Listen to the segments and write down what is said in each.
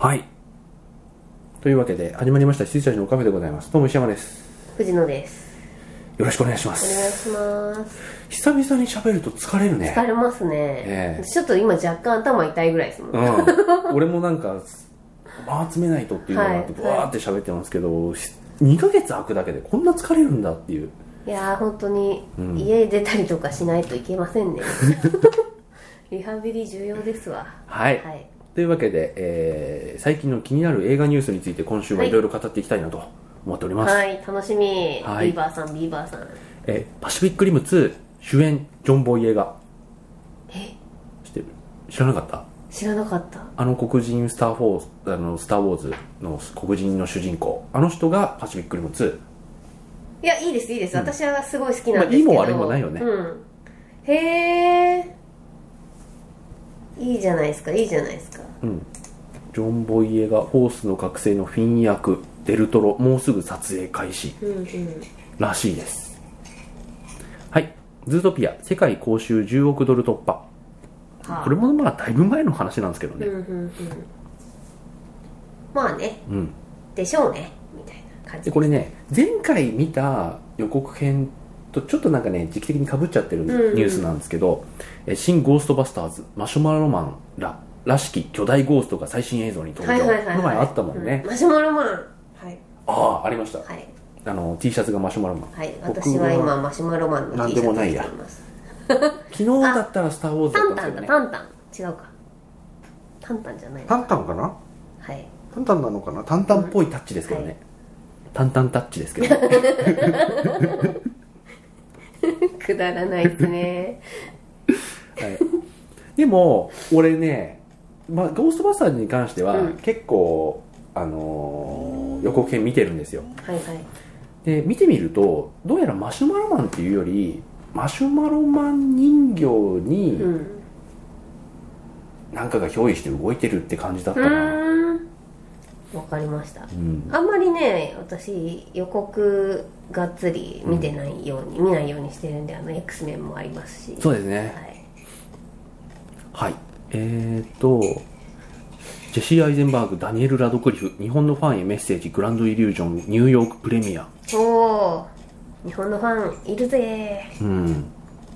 はい。というわけで始まりました羊たちのカフェでございます。どうも石山です。 藤野です。 よろしくお願いします。 お願いします。 久々に喋ると疲れるね。 疲れますね。ちょっと今若干頭痛いぐらいですもん。 俺もなんか間詰めないとっていうのがあってブワーって喋ってますけど、2ヶ月空くだけでこんな疲れるんだっていう。 いやー本当に家出たりとかしないといけませんね。リハビリ重要ですわ。 はい。というわけで、最近の気になる映画ニュースについて今週はいろいろ語っていきたいなと思っております。 はい、楽しみ。ビーバーさん。 パシフィックリム2主演ジョン・ボイ映画。知ってる？知らなかった？ 知らなかった。 黒人スター・ウォーズの黒人の主人公、あの人がパシフィックリム2。 いや、いいです、私はすごい好きなんですけど、 いいも悪いもないよね。 へえ、いいじゃないですか。ジョン・ボイエがホースの覚醒のフィン役デルトロ、もうすぐ撮影開始、らしいです。はい。ズートピア世界興収10億ドル突破。これもまあだいぶ前の話なんですけどね。 まあね、でしょうねみたいな感じで。 これね、前回見た予告編とちょっとなんかね時期的にかぶっちゃってるニュースなんですけど、新ゴーストバスターズマシュマロマンらしき巨大ゴーストが最新映像に登場。この前あったもんね。 マシュマロマン、 ありました。T シャツがマシュマロマン。 私は今マシュマロマンの T シャツを着ています。 昨日だったらスター・ウォーズだったんですよね。 タンタン違うか。タンタンじゃないのか。 タンタンかな。タンタンなのかな。タンタンっぽいタッチですけどね。タンタンタッチですけど。 くだらないですね。 でも俺ね、ゴーストバスターズに関しては結構予告編見てるんですよ。で見てみるとどうやらマシュマロマンっていうよりマシュマロマン人形に何かが憑依して動いてるって感じだったな。 わかりました。あんまりね、私予告がっつり見ないようにしてるんで、X メンもありますし。 そうですね。はい。ジェシー・アイゼンバーグ、ダニエル・ラドクリフ、日本のファンへメッセージ、グランドイリュージョン、ニューヨークプレミア。 おー、日本のファンいるぜー。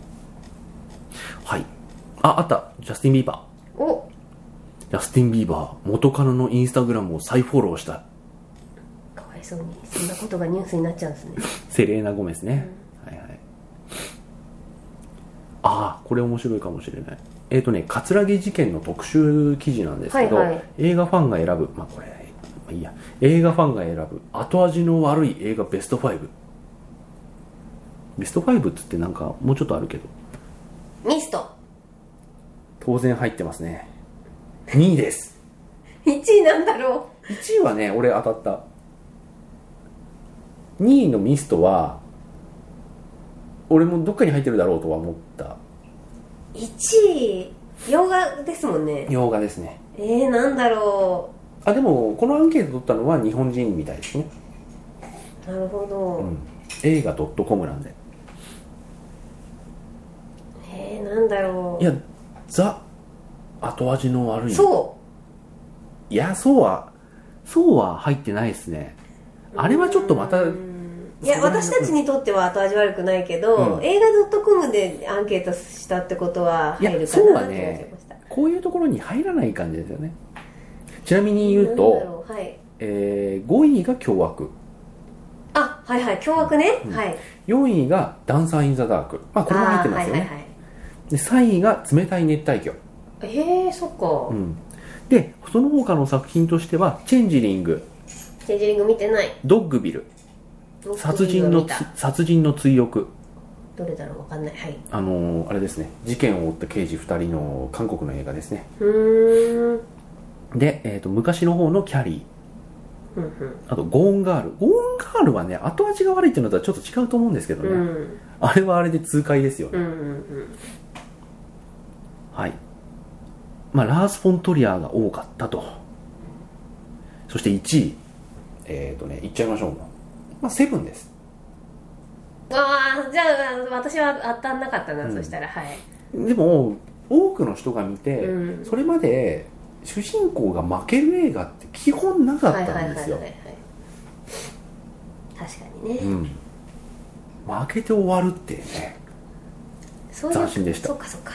はい。あった。ジャスティン・ビーバー。ジャスティン・ビーバー、元カノのインスタグラムを再フォローした。 かわいそうに、そんなことがニュースになっちゃうんですね。 セレーナ・ゴメスね。これ面白いかもしれない。葛城事件の特集記事なんですけど、映画ファンが選ぶ、映画ファンが選ぶ後味の悪い映画ベスト5。ベスト5っつってなんかもうちょっとあるけど、 ミスト当然入ってますね。2位です。 1位なんだろう。1位はね、俺当たった。2位のミストは俺もどっかに入ってるだろうとは思った。 1位洋画ですもんね。 洋画ですね。 なんだろう。でもこのアンケート取ったのは日本人みたいですね。 なるほど。 映画 .com なんで。 なんだろう。 いや、後味の悪い。 そういや、そうは入ってないですね。あれはちょっとまた、 いや、私たちにとっては後味悪くないけど、映画 .com でアンケートしたってことは入るかなって思いました。 こういうところに入らない感じですよね。ちなみに言うと、5位が凶悪。 凶悪ね。 4位がダンサー・イン・ザ・ダーク。これも入ってますよね。で3位が冷たい熱帯魚。 そっか。 でその他の作品としてはチェンジリング見てない。 ドッグビル、殺人の追憶。 どれだろう、わかんない。 あれですね、事件を追った刑事2人の韓国の映画ですね。で、昔の方のキャリー、あとゴーンガールはね、後味が悪いっていうのとはちょっと違うと思うんですけどね、あれはあれで痛快ですよね。ラース・フォントリアーが多かったと。そして1位、いっちゃいましょう。セブンです。 じゃあ私は当たんなかったな。そしたらでも多くの人が見て、それまで主人公が負ける映画って基本なかったんですよ。 確かにね、 負けて終わるってね、斬新でした。 そうかそうか。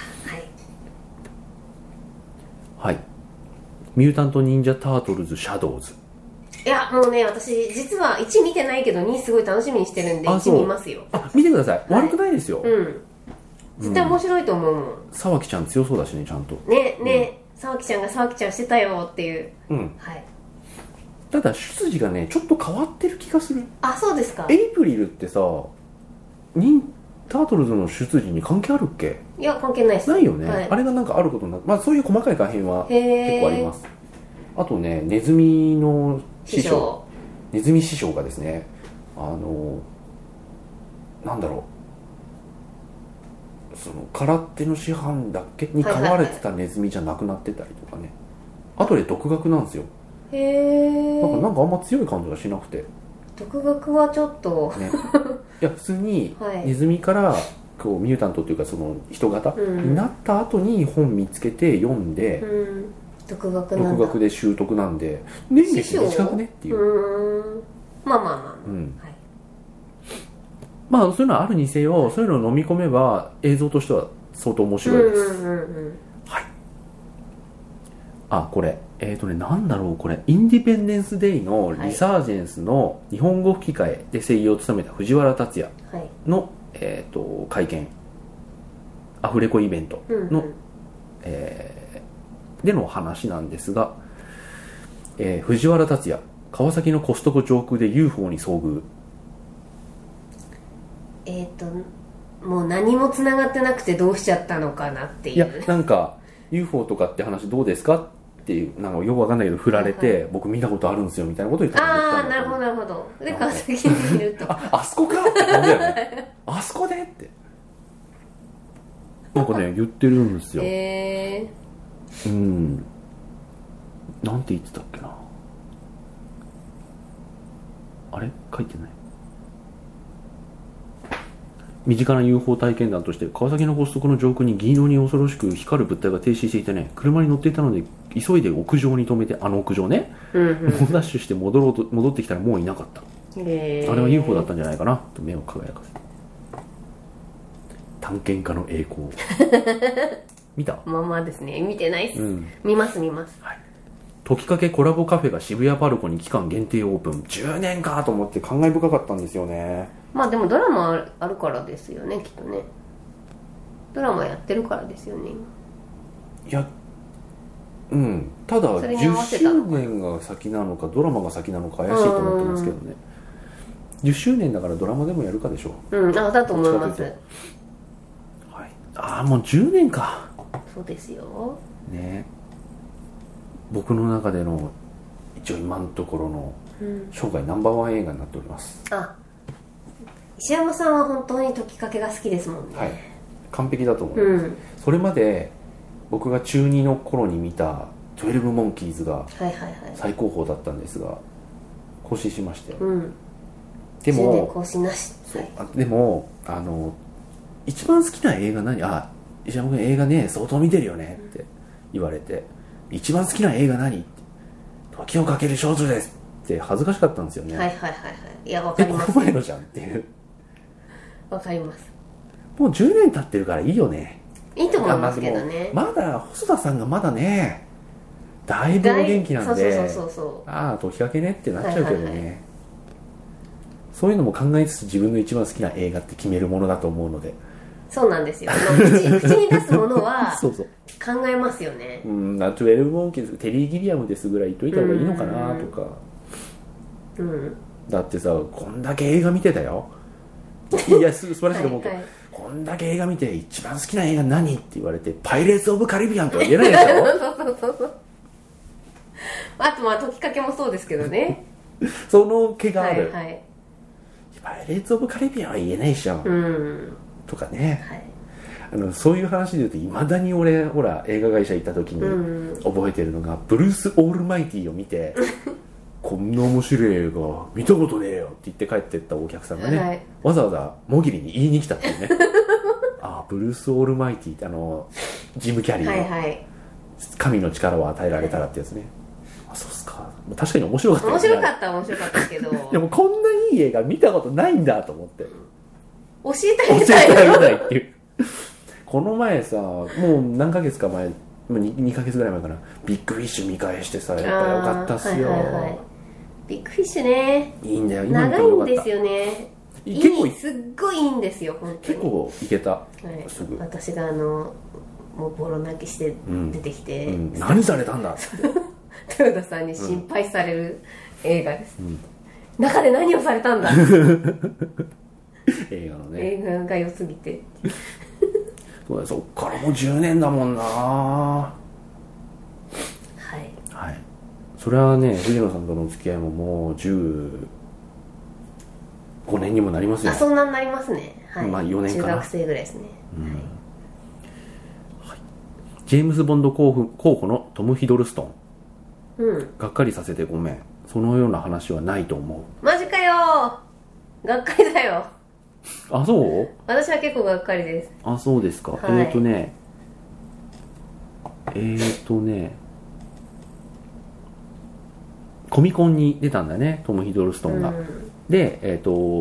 はい、ミュータント・ニンジャ・タートルズ・シャドウズ。 いやもうね、私実は1見てないけど2すごい楽しみにしてるんで1見ますよ。 見てください、悪くないですよ。 絶対面白いと思うもん。 沢木ちゃん強そうだしね、ちゃんとね、沢木ちゃんが沢木ちゃんしてたよっていう。 ただ出自がねちょっと変わってる気がする。 あ、そうですか。 エイプリルってさ、タートルズの出自に関係あるっけ？ いや関係ないです。 ないよね、あれがなんかあることになって、そういう細かい可変は結構あります。あとね、ネズミの師匠、ネズミ師匠がですね、なんだろう、その空手の師範だっけに飼われてたネズミじゃなくなってたりとかね、後で独学なんですよ。なんかあんま強い感じがしなくて、 独学はちょっとねいや普通にネズミからこうミュータントっていうかその人型になった後に本見つけて読んで、 独学で習得なんで年月短くねっていう。そういうのはあるにせよ、そういうのを飲み込めば映像としては相当面白いです。はい。これなんだろう、これインディペンデンスデイのリサージェンスの日本語吹き替えで声優を務めた藤原竜也の、会見、アフレコイベントの、での話なんですが、藤原竜也、川崎のコストコ上空で UFO に遭遇。 もう何もつながってなくてどうしちゃったのかなっていう。 いやなんか UFO とかって話どうですかっていう、なんかよくわかんないけど振られて、僕見たことあるんですよみたいなことを言ったんだ。 なるほどなるほど。で川崎にいるとあそこかって感じだよねあそこでってなんかね言ってるんですよ。なんて言ってたっけな、あれ書いてない。身近な UFO 体験談として、川崎のコストコの上空に銀色に恐ろしく光る物体が停止していてね、車に乗っていたので急いで屋上に止めて、屋上ね、猛ダッシュして戻ってきたらもういなかった。あれは UFO だったんじゃないかなと目を輝かせて。探検家の栄光見た？ ですね、見てないっす。見ます、 はい。時かけコラボカフェが渋谷パルコに期間限定オープン。10年かと思って感慨深かったんですよね。 でもドラマあるからですよね、きっとね。ドラマやってるからですよね。 いや、ただ10周年が先なのかドラマが先なのか怪しいと思ってますけどね。10周年だからドラマでもやるかでしょう。 だと思います。 はい。もう10年か。 そうですよね。僕の中での一応今のところの生涯ナンバーワン映画になっております。 石山さんは本当に時かけが好きですもんね。 はい、完璧だと思います。それまで僕が中2の頃に見た12モンキーズが最高峰だったんですが、更新しまして、でも更新なし。 でも一番好きな映画何？石山君映画ね相当見てるよねって言われて、一番好きな映画何って、時をかける少女ですって恥ずかしかったんですよね。いやわかります。この前のじゃんっていう。 わかります。 もう10年経ってるからいいよね。 いいと思いますけどね。 まだ細田さんがまだねだいぶお元気なんで、時かけねってなっちゃうけどね、そういうのも考えつつ自分の一番好きな映画って決めるものだと思うので。 そうなんですよ。口に出すものは考えますよね。 12モンキーズテリー・ギリアムですぐらい言っといた方がいいのかなとか。だってさ、こんだけ映画見てたよ。いや素晴らしいと思うけど、こんだけ映画見て一番好きな映画何って言われてパイレーツ・オブ・カリビアンとは言えないでしょそうあと時かけもそうですけどねその気がある、パイレーツ・オブ・カリビアンは言えないでしょ、とかね、そういう話で言うといまだに俺ほら映画会社行った時に覚えてるのが、ブルース・オールマイティを見てこんな面白い映画見たことねえよって言って帰ってったお客さんがね、わざわざもぎりに言いに来たっていうねブルース・オールマイティってジム・キャリーの、 神の力を与えられたらってやつね。あ、そうっすか。確かに面白かった、ね、 面白かったけどでもこんないい映画見たことないんだと思って、 教えてあげたいっていうこの前さ、もう何ヶ月か前、もう 2ヶ月ぐらい前かな、ビッグフィッシュ見返してさ、やっぱよかったっすよ、 ビッグフィッシュね、 いいんだよ、 今長いんですよね。 結構すっごいいいんですよ、本当に結構いけた、 すぐ私がもうボロ泣きして出てきて、 何されたんだ豊田さんに心配される映画です、中で何をされたんだ映画のね、 映画が良すぎてそうだ、そっからもう10年だもんな。はい、それはね、藤野さんとの付き合いももう15年にもなりますよ。 あ、そんなになりますね、 まあ4年かな、 中学生ぐらいですね、 ジェームズ・ボンド候補のトム・ヒドルストン、がっかりさせてごめん、そのような話はないと思う。 マジかよ、がっかりだよ。 あ、そう？ 私は結構がっかりです。 あ、そうですか、コミコンに出たんだね、トム・ヒドルストンが、で、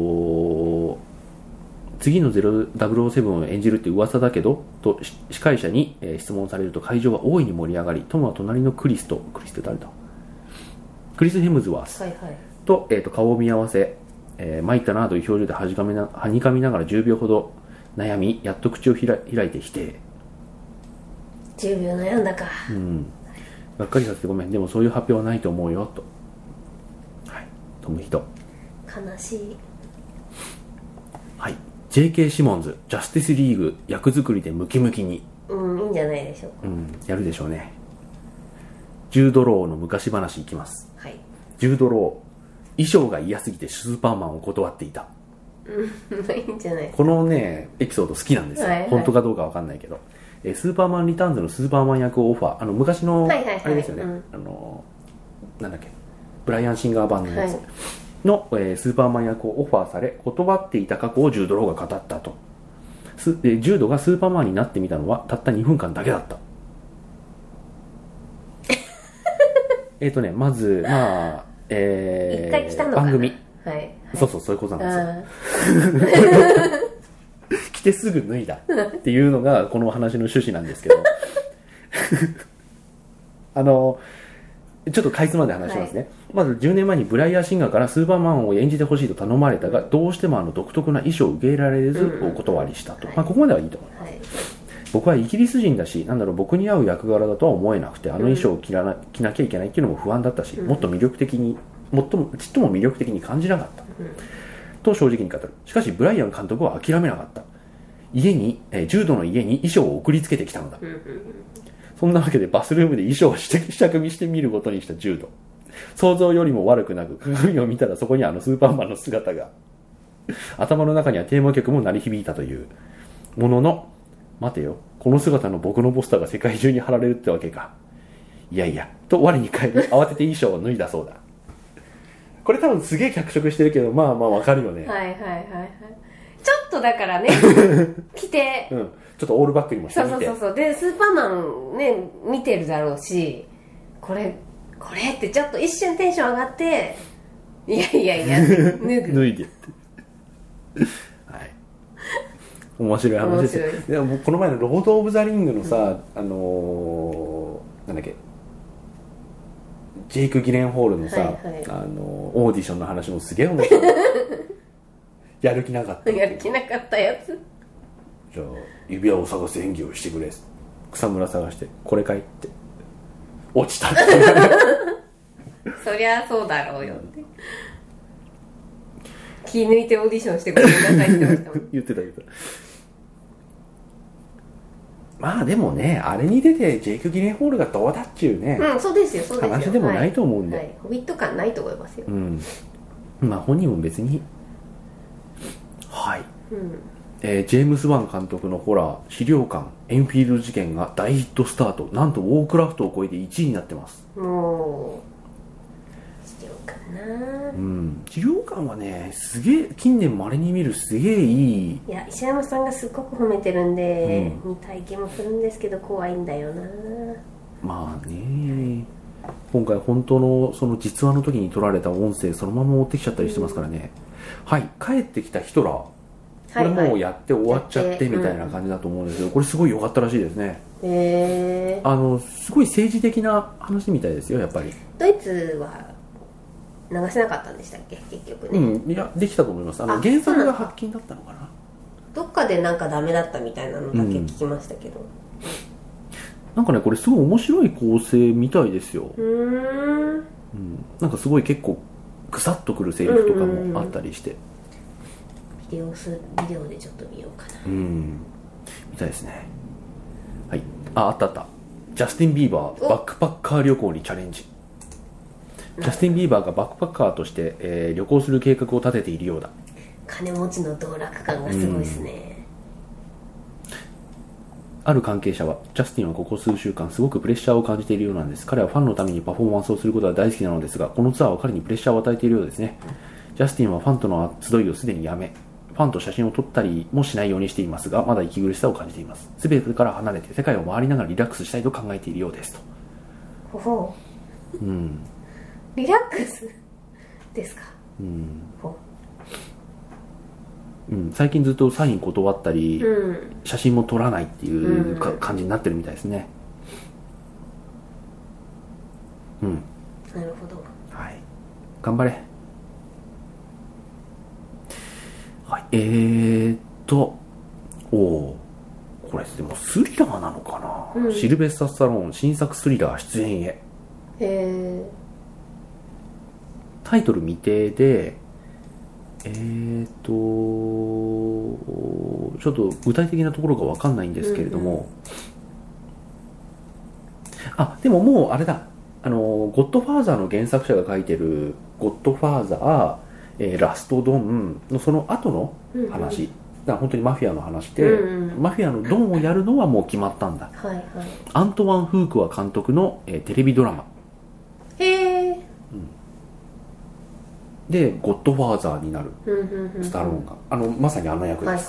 次の007を演じるって噂だけどと司会者に、質問されると会場は大いに盛り上がり、トムは隣のクリス誰だ、クリス・ヘムズワースと、顔を見合わせ、参ったなという表情ではにかみながら10秒ほど悩み、やっと口を開いて否定。 10秒悩んだか。 がっかりさせてごめん、でもそういう発表はないと思うよと。トム・ヒド悲しい。 J.K. シモンズ、ジャスティスリーグ役作りでムキムキに。 いいんじゃないでしょうか。 やるでしょうね。ジュード・ローの昔話いきます。ジュード・ロー、衣装が嫌すぎてスーパーマンを断っていた。 いいんじゃないですか。 このね、エピソード好きなんですよ。本当かどうかわかんないけど。スーパーマンリターンズのスーパーマン役をオファー、昔の、あれですよね、なんだっけ、ブライアン・シンガー版のやつ。の、スーパーマン役をオファーされ断っていた過去をジュード・ローが語ったと。ジュードがスーパーマンになってみたのはたった2分間だけだったまず一回来たのかな、 番組、そういうことなんですよ着てすぐ脱いだっていうのがこの話の趣旨なんですけどちょっとかいつまんで話しますね、まず10年前にブライアン・シンガーからスーパーマンを演じてほしいと頼まれたが、どうしても独特な衣装を受け入れられずお断りしたと、ここまではいいと思います、僕はイギリス人だし、僕に合う役柄だとは思えなくて、衣装を着なきゃいけないっていうのも不安だったし、もっとちっとも魅力的に感じなかった、と正直に語る。しかしブライアン監督は諦めなかった。ジュードの家に衣装を送りつけてきたのだ、そんなわけでバスルームで衣装を試着見してみることにしたジュード。想像よりも悪くなく、鏡を見たらそこにスーパーマンの姿が。頭の中にはテーマ曲も鳴り響いたという。ものの、待てよ、この姿の僕のポスターが世界中に貼られるってわけか。いやいや、と我に返り、慌てて衣装を脱いだそうだ。これ多分すげえ脚色してるけど、まあまあわかるよね。 ちょっとだからね、着て。 ちょっとオールバックにもしてみて。 そうでスーパーマンね見てるだろうし、これってちょっと一瞬テンション上がって、いや脱ぐ脱いでって面白い話ですよ。でもこの前のロード・オブ・ザ・リングのさ、なんだっけ、ジェイク・ギレンホールのさ、オーディションの話もすげえ面白いやる気なかったやつ、 じゃあ指輪を探す演技をしてくれ、草むら探してこれかいって落ちたってそりゃそうだろうよって気抜いてオーディションしてくれなさいって言ってたまあでもね、あれに出てジェイク・ギレンホールがどうだっちゅうね、 そうですよ話でもないと思うんで、 ホビット感ないと思いますよ、 まあ本人も別にジェームス・ワン監督のホラー資料館エンフィールド事件が大ヒットスタート、なんとウォークラフトを超えて1位になってます。 もう資料館な、 資料館はね、すげえ近年まれに見るすげえいい。 いや、石山さんがすっごく褒めてるんで、見たい気もするんですけど怖いんだよな。 まあね、今回本当のその実話の時に撮られた音声そのまま持ってきちゃったりしてますからね、はい、帰ってきたヒトラー、これもうやって終わっちゃってみたいな感じだと思うんですけど、これすごい良かったらしいですね。すごい政治的な話みたいですよ、やっぱり。 ドイツは流せなかったんでしたっけ、結局ね。 いや、できたと思います。原作が発禁だったのかな。 どっかでなんかダメだったみたいなのだけ聞きましたけど、 なんかね、これすごい面白い構成みたいですよ。なんかすごい結構グサッとくるセリフとかもあったりして、 ビデオでちょっと見ようかな。 みたいですね。はい、あった。ジャスティン・ビーバーバックパッカー旅行にチャレンジ。ジャスティン・ビーバーがバックパッカーとして、旅行する計画を立てているようだ。 金持ちの道楽感がすごいですね。 ある関係者は、ジャスティンはここ数週間すごくプレッシャーを感じているようなんです。彼はファンのためにパフォーマンスをすることが大好きなのですが、このツアーは彼にプレッシャーを与えているようですね。ジャスティンはファンとの集いをすでにやめ、ファンと写真を撮ったりもしないようにしていますが、まだ息苦しさを感じています。全てから離れて世界を回りながらリラックスしたいと考えているようですと。 ほう、リラックスですか。 最近ずっとサイン断ったり、写真も撮らないっていう感じになってるみたいですね。 なるほど。 はい、頑張れ。はい、これでもスリラーなのかな、シルベスタ・スタローン新作スリラー出演へ。タイトル未定で、ちょっと具体的なところが分かんないんですけれども、でももうあれだ、ゴッドファーザーの原作者が書いてるゴッドファーザー、ラストドンのその後の話、だから本当にマフィアの話で、マフィアのドンをやるのはもう決まったんだ。アントワン・フークワ監督の、テレビドラマでゴッドファーザーになるスタローンが、まさにあの役です。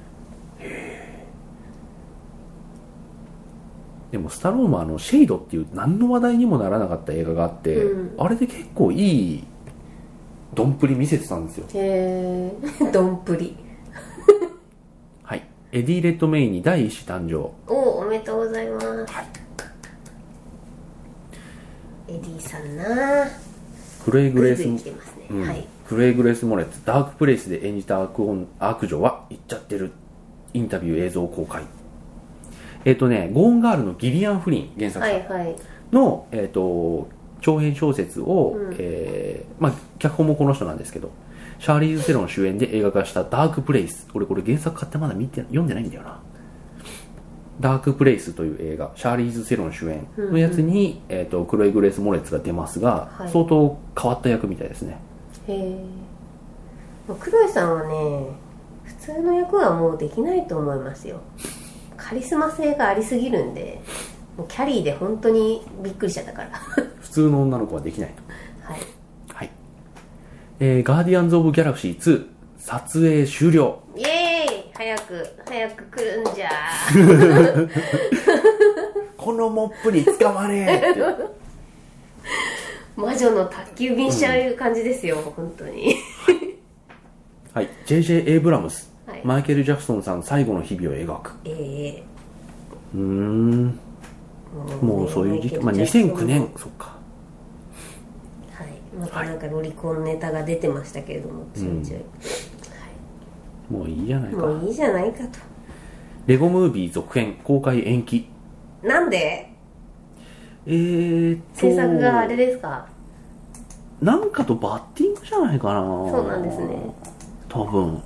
でもスタローンはシェイドっていう何の話題にもならなかった映画があって、あれで結構いいドンプリ見せてたんですよ。 ドンプリはい、エディ・レッドメインに第一子誕生。 おめでとうございます。エディさんな。 クレイ・グレースモレッツダークプレイスで演じたアーク女は言っちゃってるインタビュー映像公開。ゴーンガールのギリアン・フリン原作者の、長編小説を、脚本もこの人なんですけど、シャーリーズ・セロン主演で映画化したダークプレイス。俺これ原作買ってまだ読んでないんだよな。ダークプレイスという映画、シャーリーズ・セロン主演のやつに、クロエ・グレース・モレッツが出ますが、相当変わった役みたいですね。 クロエさんはね、普通の役はもうできないと思いますよ。カリスマ性がありすぎるんで、もうキャリーで本当にびっくりしちゃったから普通の女の子はできないと。ガーディアンズ・オブ・ギャラクシー2撮影終了。 イエーイ、早く来るんじゃこのモップに捕まれって魔女の宅急便しちゃう感じですよ、本当にはい、J.J. エイブラムス、マイケル・ジャクソンさん最後の日々を描く。もうそういう時期、2009年、そっか。 またなんかロリコンネタが出てましたけれども、 もういいじゃないか。 もういいじゃないかと。 レゴムービー続編公開延期。 なんで？制作があれですか？ なんかとバッティングじゃないかな。 そうなんですね。 多分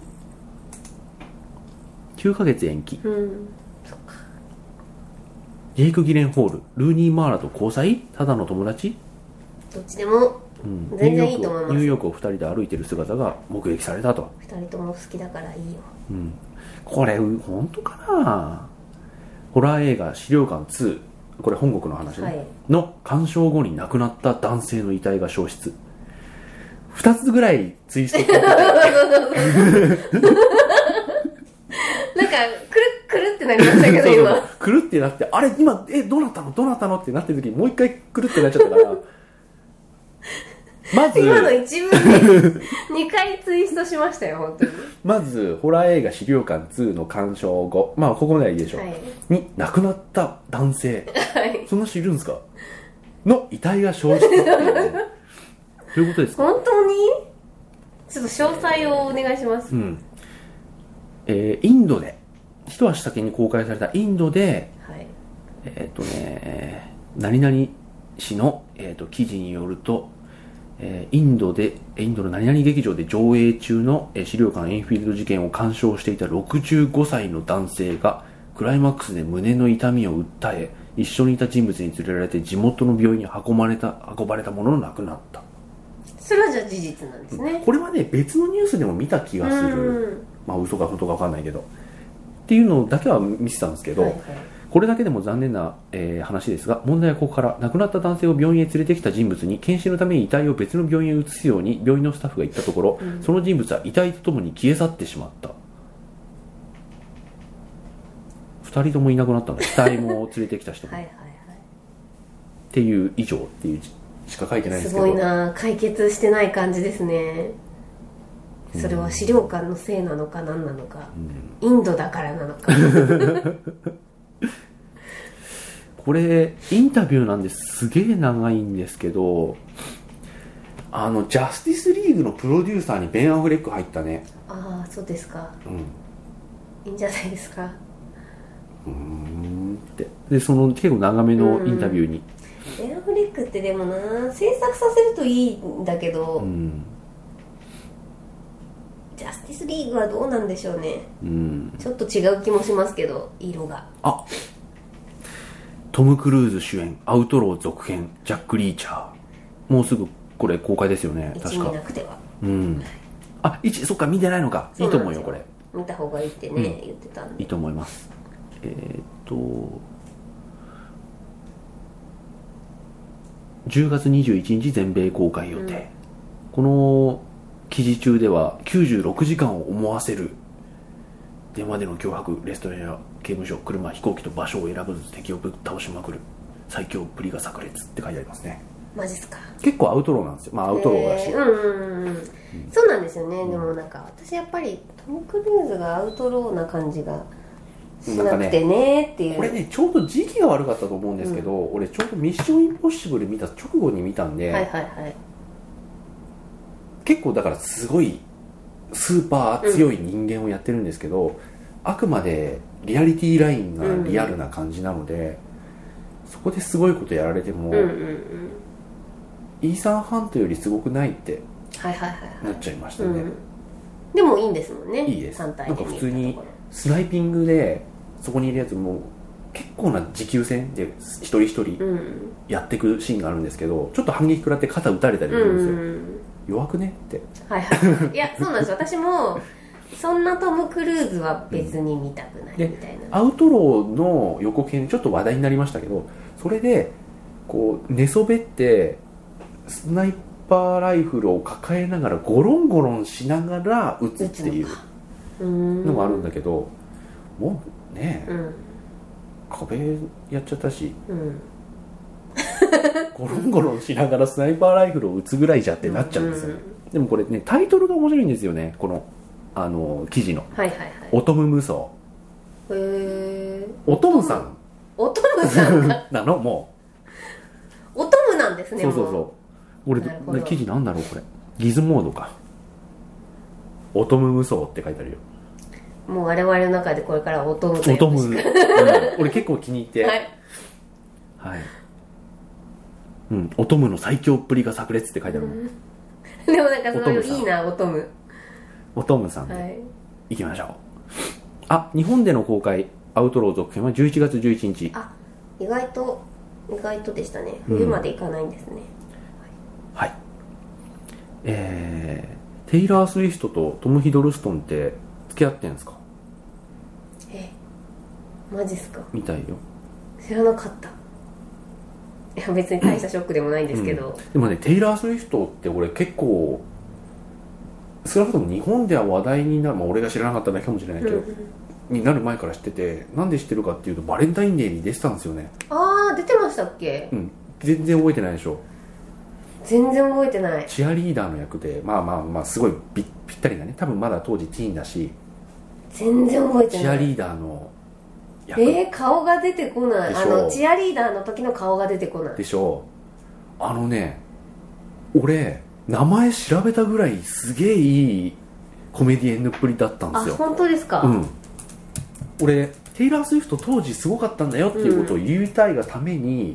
9ヶ月延期。 そっか。 ジェイク・ギレンホール、ルーニー・マーラと交際？ただの友達？ どっちでも全然いいと思います。 ニューヨークを2人で歩いてる姿が目撃されたと。 2人とも好きだからいいよ。 これ本当かな。ホラー映画資料館2、これ本国の話ね、の鑑賞後に亡くなった男性の遺体が消失。2つぐらいツイストってなんかくるってなりましたけど今くるってなって、あれ今どうなったのってなってる時にもう一回くるってなっちゃったからまず今の一文で2回ツイストしましたよ本当に。 まずホラー映画資料館2の鑑賞後、まあここまではいいでしょう、はい、に亡くなった男性、はい、そんな人いるんですかの遺体が生じたっていうねどういうことですか。 本当にちょっと詳細をお願いします。 インドで一足先に公開されたインドで、はい、何々氏の、記事によると、インドの何々劇場で上映中の資料館エンフィールド事件を鑑賞していた65歳の男性がクライマックスで胸の痛みを訴え、一緒にいた人物に連れられて地元の病院に運ばれたものの亡くなった。 それはじゃあ事実なんですね。 これはね別のニュースでも見た気がする、まあ嘘か本当か分かんないけどっていうのだけは見てたんですけど、はいはい、これだけでも残念な、話ですが、問題はここから亡くなった男性を病院へ連れてきた人物に検視のために遺体を別の病院へ移すように病院のスタッフが言ったところ、その人物は遺体とともに消え去ってしまった。2人ともいなくなったんだ。遺体も連れてきた人もはいはい、はい、っていう以上っていうしか書いてないんですけど、 すごいな、解決してない感じですね。それは資料館のせいなのか何なのか、インドだからなのかこれインタビューなんですげえ長いんですけど、ジャスティスリーグのプロデューサーにベン・アフレック入ったね。 ああそうですか、いいんじゃないですか。 ってでその結構長めのインタビューに、 ベン・アフレックってでもな制作させるといいんだけど、ジャスティスリーグはどうなんでしょうね、ちょっと違う気もしますけど色が。 トム・クルーズ主演アウトロー続編ジャック・リーチャー、もうすぐこれ公開ですよね確か。 1見なくては、 1そっか見てないのか。いいと思うよこれ、 見た方がいいってね、言ってたんでいいと思います。10月21日全米公開予定、この記事中では96時間を思わせる電話での脅迫、レストランや刑務所、車、飛行機と場所を選ばず敵をぶっ倒しまくる最強っぷりが炸裂って書いてありますね。 マジっすか。 結構アウトローなんですよ。まあアウトローだし、 そうなんですよね、でもなんか私やっぱりトム・クルーズがアウトローな感じがしなくてねっていう。 これねちょうど時期が悪かったと思うんですけど、俺ちょうどミッションインポッシブル見た直後に見たんで、結構だからすごいスーパー強い人間をやってるんですけど、あくまでリアリティラインがリアルな感じなので、そこですごいことやられても、イーサン・ハントよりすごくないってなっちゃいましたね。 でもいいんですもんね。 いいです。なんか普通にスナイピングでそこにいるやつも結構な持久戦で一人一人やっていくシーンがあるんですけど、ちょっと反撃食らって肩打たれたりするんですよ。弱くねって。 いやそうなんですよ。私もそんなトム・クルーズは別に見たくないみたいな、 アウトローの予告編ちょっと話題になりましたけど、それでこう寝そべってスナイパーライフルを抱えながらゴロンゴロンしながら撃つっていうのがあるんだけど、もうね、壁やっちゃったし、ゴロンゴロンしながらスナイパーライフルを撃つぐらいじゃってなっちゃうんですよ、でもこれねタイトルが面白いんですよね、この記事の、オトム無双。オトムさんなのもうオトムなんですね。 そう俺記事なんだろうこれ、ギズモードか、オトム無双って書いてあるよ。 もう我々の中でこれからオトムと呼ぶしか俺結構気に入ってオトムの最強っぷりが炸裂って書いてあるもん。 でもなんかそのいいな、オトムさんでいきましょう。日本での公開アウトロー続編は11月11日。 意外とでしたね。冬までいかないんですね。 テイラー・スウィフトとトム・ヒドルストンって付き合ってんですか？ マジっすか？ みたいよ。 知らなかった。いや別に大したショックでもないんですけど、 でもねテイラー・スウィフトって俺結構少なくとも日本では話題になる、俺が知らなかっただけかもしれないけど、 になる前から知ってて、なんで知ってるかっていうとバレンタインデーに出てたんですよね。 ああ、出てましたっけ？ 全然覚えてないでしょ。 全然覚えてない。 チアリーダーの役で、まあすごいぴったりなね、多分まだ当時ティーンだし、 全然覚えてない。 チアリーダーの役、 顔が出てこない。チアリーダーの時の顔が出てこないでしょ。俺名前調べたぐらいすげえいいコメディエンヌっぷりだったんですよ。 あ、本当ですか？ 俺テイラー・スウィフト当時すごかったんだよっていうことを言いたいがために、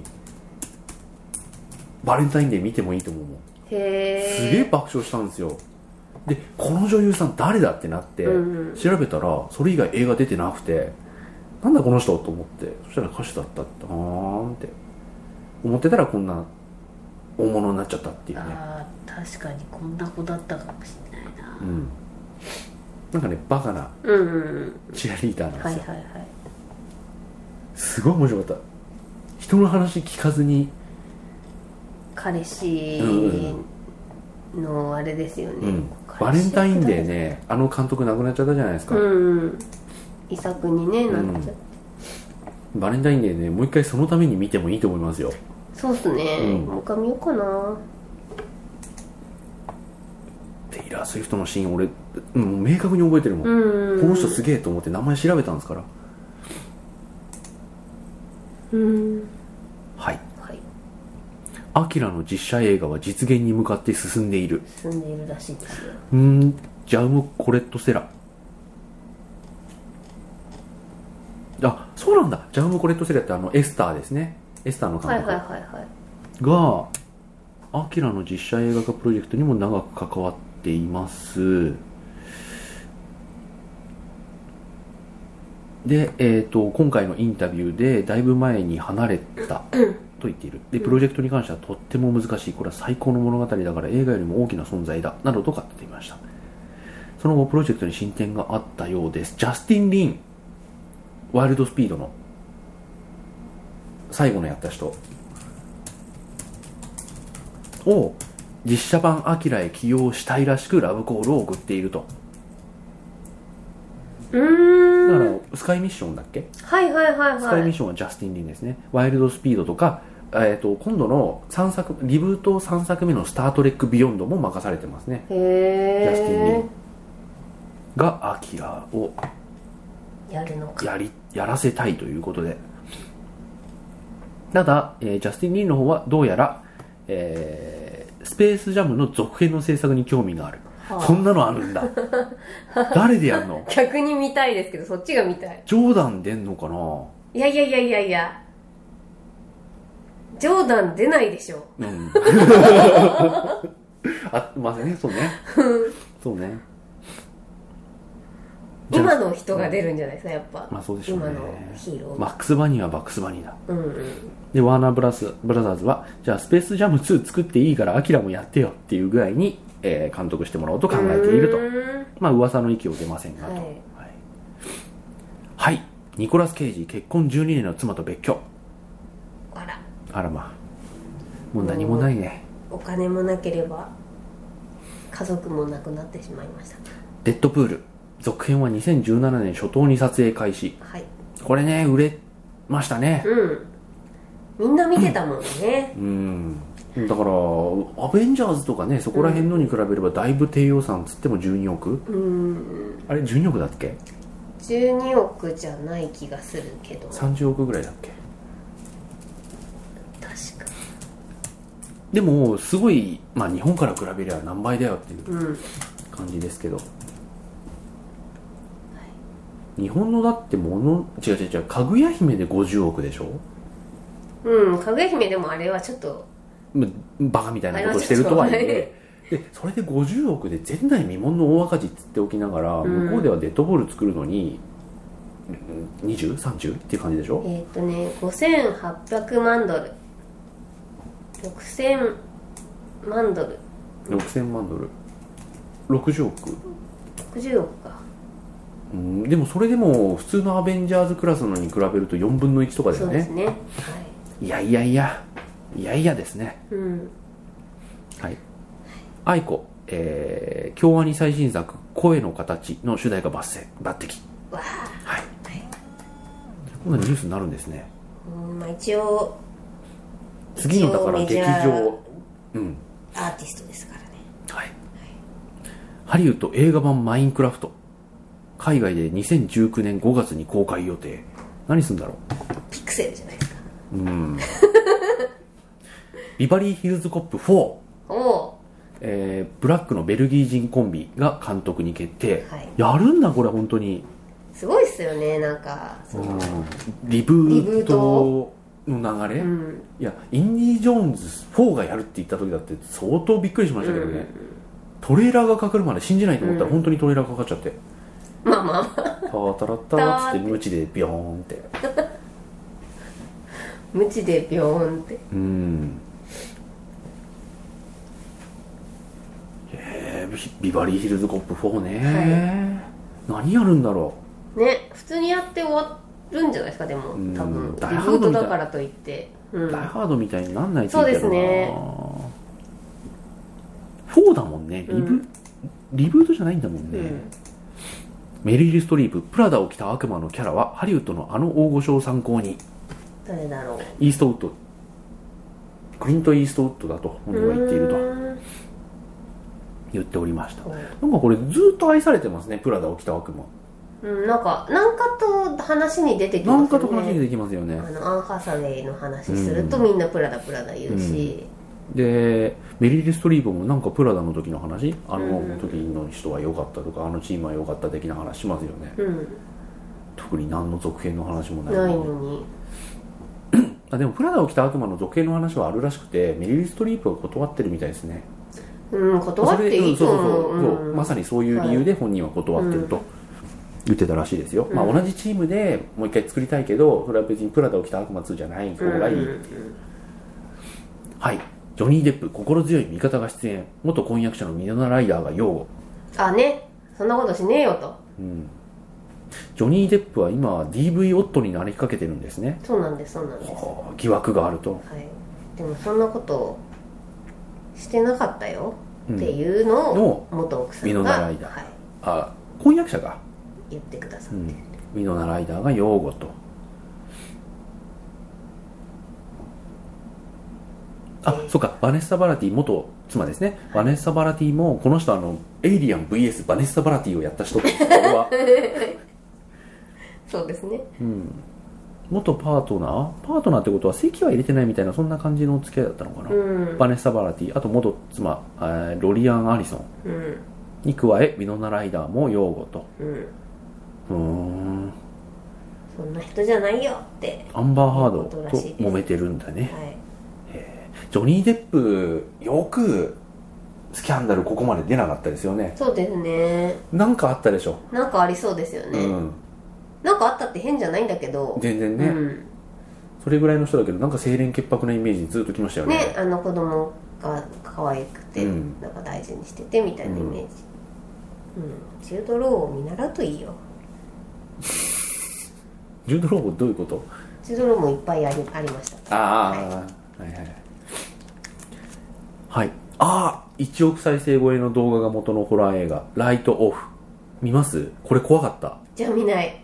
バレンタインデー見てもいいと思うもん。すげえ爆笑したんですよ。でこの女優さん誰だってなって、調べたらそれ以外映画出てなくて、なんだこの人と思って、そしたら歌手だったって、あーんって思ってたらこんな大物になっちゃったっていうね。 ああ、確かにこんな子だったかもしれないな。 なんかね、バカなチアリーダーなんですよ。すごい面白かった。人の話聞かずに、 彼氏のあれですよね、 バレンタインデーね、監督亡くなっちゃったじゃないですか。 遺作にねなっちゃって、 バレンタインデーね、もう一回そのために見てもいいと思いますよ。 そうっすね、もう一回見ようかな。 テイラー・スウィフトのシーン俺、明確に覚えてるもん。この人すげえと思って名前調べたんですから。はい。アキラの実写映画は実現に向かって進んでいるらしいですよ。 ジャム・コレット・セラ。あ、そうなんだ。ジャム・コレット・セラってエスターですね。エスターの監督がアキラの実写映画化プロジェクトにも長く関わっています。で、今回のインタビューでだいぶ前に離れたと言っている。で、プロジェクトに関してはとっても難しい、これは最高の物語だから映画よりも大きな存在だなどと語っていました。その後プロジェクトに進展があったようです。ジャスティン・リン、ワイルドスピードの最後のやった人を実写版アキラへ起用したいらしくラブコールを送っていると。だからスカイミッションだっけ。スカイミッションはジャスティン・リンですね。ワイルドスピードとか、今度のリブート3作目のスタートレックビヨンドも任されてますね。ジャスティン・リンがアキラをやるのか、 やらせたいということで。ただ、ジャスティン・リンの方はどうやら、スペースジャムの続編の制作に興味がある。そんなのあるんだ。誰でやるの？ 逆に見たいですけど、そっちが見たい。 ジョーダン出んのかな。 いやジョーダン出ないでしょ。 まあね、そうねそうね。 今の人が出るんじゃないですか、やっぱ。 まあそうでしょうね。 今のヒーロー。 マックス・バニーはバックス・バニーだ。でワーナーブラザーズはじゃあスペースジャム2作っていいからアキラもやってよっていうぐらいに、監督してもらおうと考えていると。まあ噂の域を出ませんがと。はい、ニコラス・ケイジ結婚12年の妻と別居。あらまあ、もう何もないね。 お金もなければ家族もなくなってしまいました。 デッドプール続編は2017年初頭に撮影開始。これね、売れましたね。 みんな見てたもんね。 だからアベンジャーズとかね、そこら辺のに比べればだいぶ低予算つっても12億。あれ12億だっけ。 12億じゃない気がするけど 30億ぐらいだっけ。 確かでもすごい、まあ日本から比べれば何倍だよっていう感じですけど、日本のだって違うかぐや姫で50億でしょ。 かぐや姫でもあれはちょっとバカみたいなことしてるとはいえ、でそれで50億で前代未聞の大赤字っつっておきながら、向こうではデッドボール作るのに20、30っていう感じでしょ。 5800万ドル6000万ドル 6000万ドル60億 60億か。 でもそれでも普通のアベンジャーズクラスのに比べると4分の1とかだよね。 そうですね、 いやですね。はい。愛子、京アニ最新作声の形の主題歌抜擢。はい。 こんなニュースになるんですね。 まあ、一応次のだから劇場、 アーティストですからね。 はい、ハリウッド映画版マインクラフト、海外で2019年5月に公開予定。何すんだろう。 ピクセルじゃないですか。 ビバリーヒルズコップ4、 お、 ブラックのベルギー人コンビが監督に決定、 はい、 やるんだこれ。本当にすごいっすよね。なんかそのリブートの流れ、いやインディ・ジョーンズ4がやるって言った時だって相当びっくりしましたけどね、トレーラーがかかるまで信じないと思ったら、本当にトレーラーかかっちゃって、 まあまあまあタラッタラッつってムチでビヨーンってムチでビヨーンって。 ビバリーヒルズコップ4ね、何やるんだろうね。普通にやって終わるんじゃないですか。でも多分リブートだからといって、 ダイハードみたいになんないとそうですね。 4だもんね。リブートじゃないんだもんね、メリル・ストリープ、プラダを着た悪魔のキャラはハリウッドのあの大御所を参考に。 誰だろう。 イーストウッド、クリント・イーストウッドだと本人は言っていると言っておりました。なんかこれずっと愛されてますね、プラダを着た悪魔。 なんかと話に出てきますよね。 なんかと話に出てきますよね。 アン・ハサウェイの話するとみんなプラダプラダ言うし、 でメリル・ストリープもなんかプラダの時の話、あの時の人は良かったとか、あのチームは良かった的な話しますよね、特に何の続編の話もないのにでもプラダを着た悪魔の続編の話はあるらしくて、メリル・ストリープは断ってるみたいですね。 断っていいと思う。 まさにそういう理由で本人は断ってると言ってたらしいですよ、同じチームでもう一回作りたいけど、それは別にプラダを着た悪魔2じゃない方がいいっていう、はい。ジョニー・デップ、心強い味方が出演、元婚約者のミノナ・ライダーが擁護。 そんなことしねえよと、 ジョニー・デップは今 DV 夫になりかけてるんですね。 そうなんです。 疑惑があると、 はい、でもそんなことしてなかったよっていうのを元奥さんが、 ミノナ・ライダー、婚約者が言ってくださって、 ミノナ・ライダーが擁護と。そうか、バネッサ・バラティ元妻ですね、バネッサ・バラティもこの人エイリアン VS バネッサ・バラティをやった人ってこれはそうですね、 元パートナーってことは籍は入れてないみたいな、そんな感じの付き合いだったのかな、バネッサ・バラティ、あと元妻、ロリアン・アリソンに加えミノナ・ライダーも擁護と、 そんな人じゃないよってアンバー・ハードと揉めてるんだね、ジョニー・デップよくスキャンダルここまで出なかったですよね。 そうですね。 なんかあったでしょ。 なんかありそうですよね、なんかあったって変じゃないんだけど、 全然ね、それぐらいの人だけど、なんか清廉潔白なイメージずっときましたよね。 子供が可愛くて、なんか大事にしててみたいなイメージ、ジュード・ローを見習うといいよ。 ジュード・ローどういうこと？ ジュード・ローもいっぱいありました。 はい。1億再生超えの動画が元のホラー映画ライトオフ、見ます？これ怖かった。 じゃあ見ない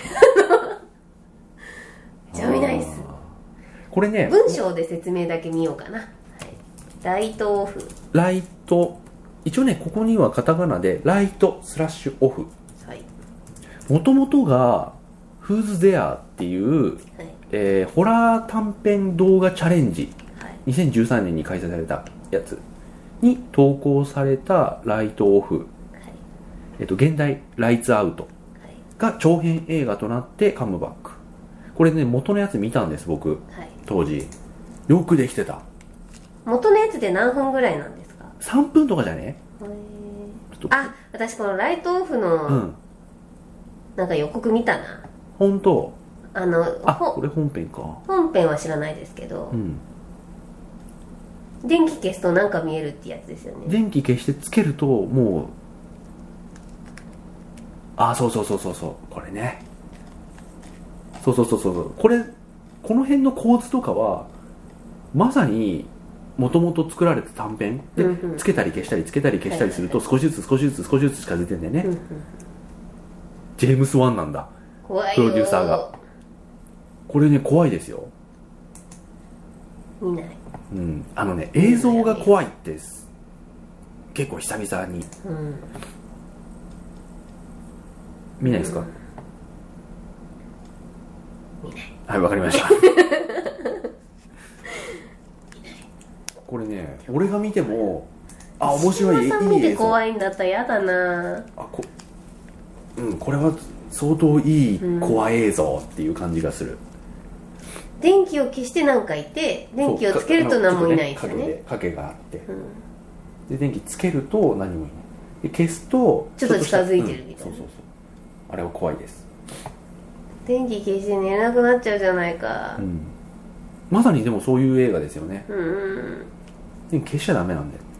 じゃあ見ないです。 これね、 文章で説明だけ見ようかな、ライトオフ、 ライト、一応ねここにはカタカナでライトスラッシュオフ、もともとがWho's Thereっていう、ホラー短編動画チャレンジ、2013年に開催されたやつに投稿されたライトオフ、現代ライツアウトが長編映画となってカムバック。これね元のやつ見たんです僕、当時。よくできてた。 元のやつで何分ぐらいなんですか ？3分とかじゃね？ 私このライトオフの、なんか予告見たな。 本当？ これ本編か。 本編は知らないですけど、電気消すとなんか見えるってやつですよね。 電気消してつけるともう、そうこれね、そうこの辺の構図とかはまさにもともと作られた短編で、つけたり消したりつけたり消したりすると少しずつ近づいてんだよね、ジェームス・ワンなんだ、 怖いよ。 プロデューサーが。 これね怖いですよ。 見ない。 うん、映像が怖いって結構久々に、 うん、 見ないですか？ 見ない。 はい、わかりましたこれね、俺が見ても面白い、いい映像。 見て怖いんだったら嫌だな。 これは相当いい怖映像っていう感じがする。 電気を消してなんかいて、電気をつけると何もいないですよね。 影があって、で電気つけると何もいない。で消すとちょっと近づいてるみたいな。 そうあれは怖いです。 電気消して寝れなくなっちゃうじゃないか。 まさにでもそういう映画ですよね。電気消しちゃダメなんだよ。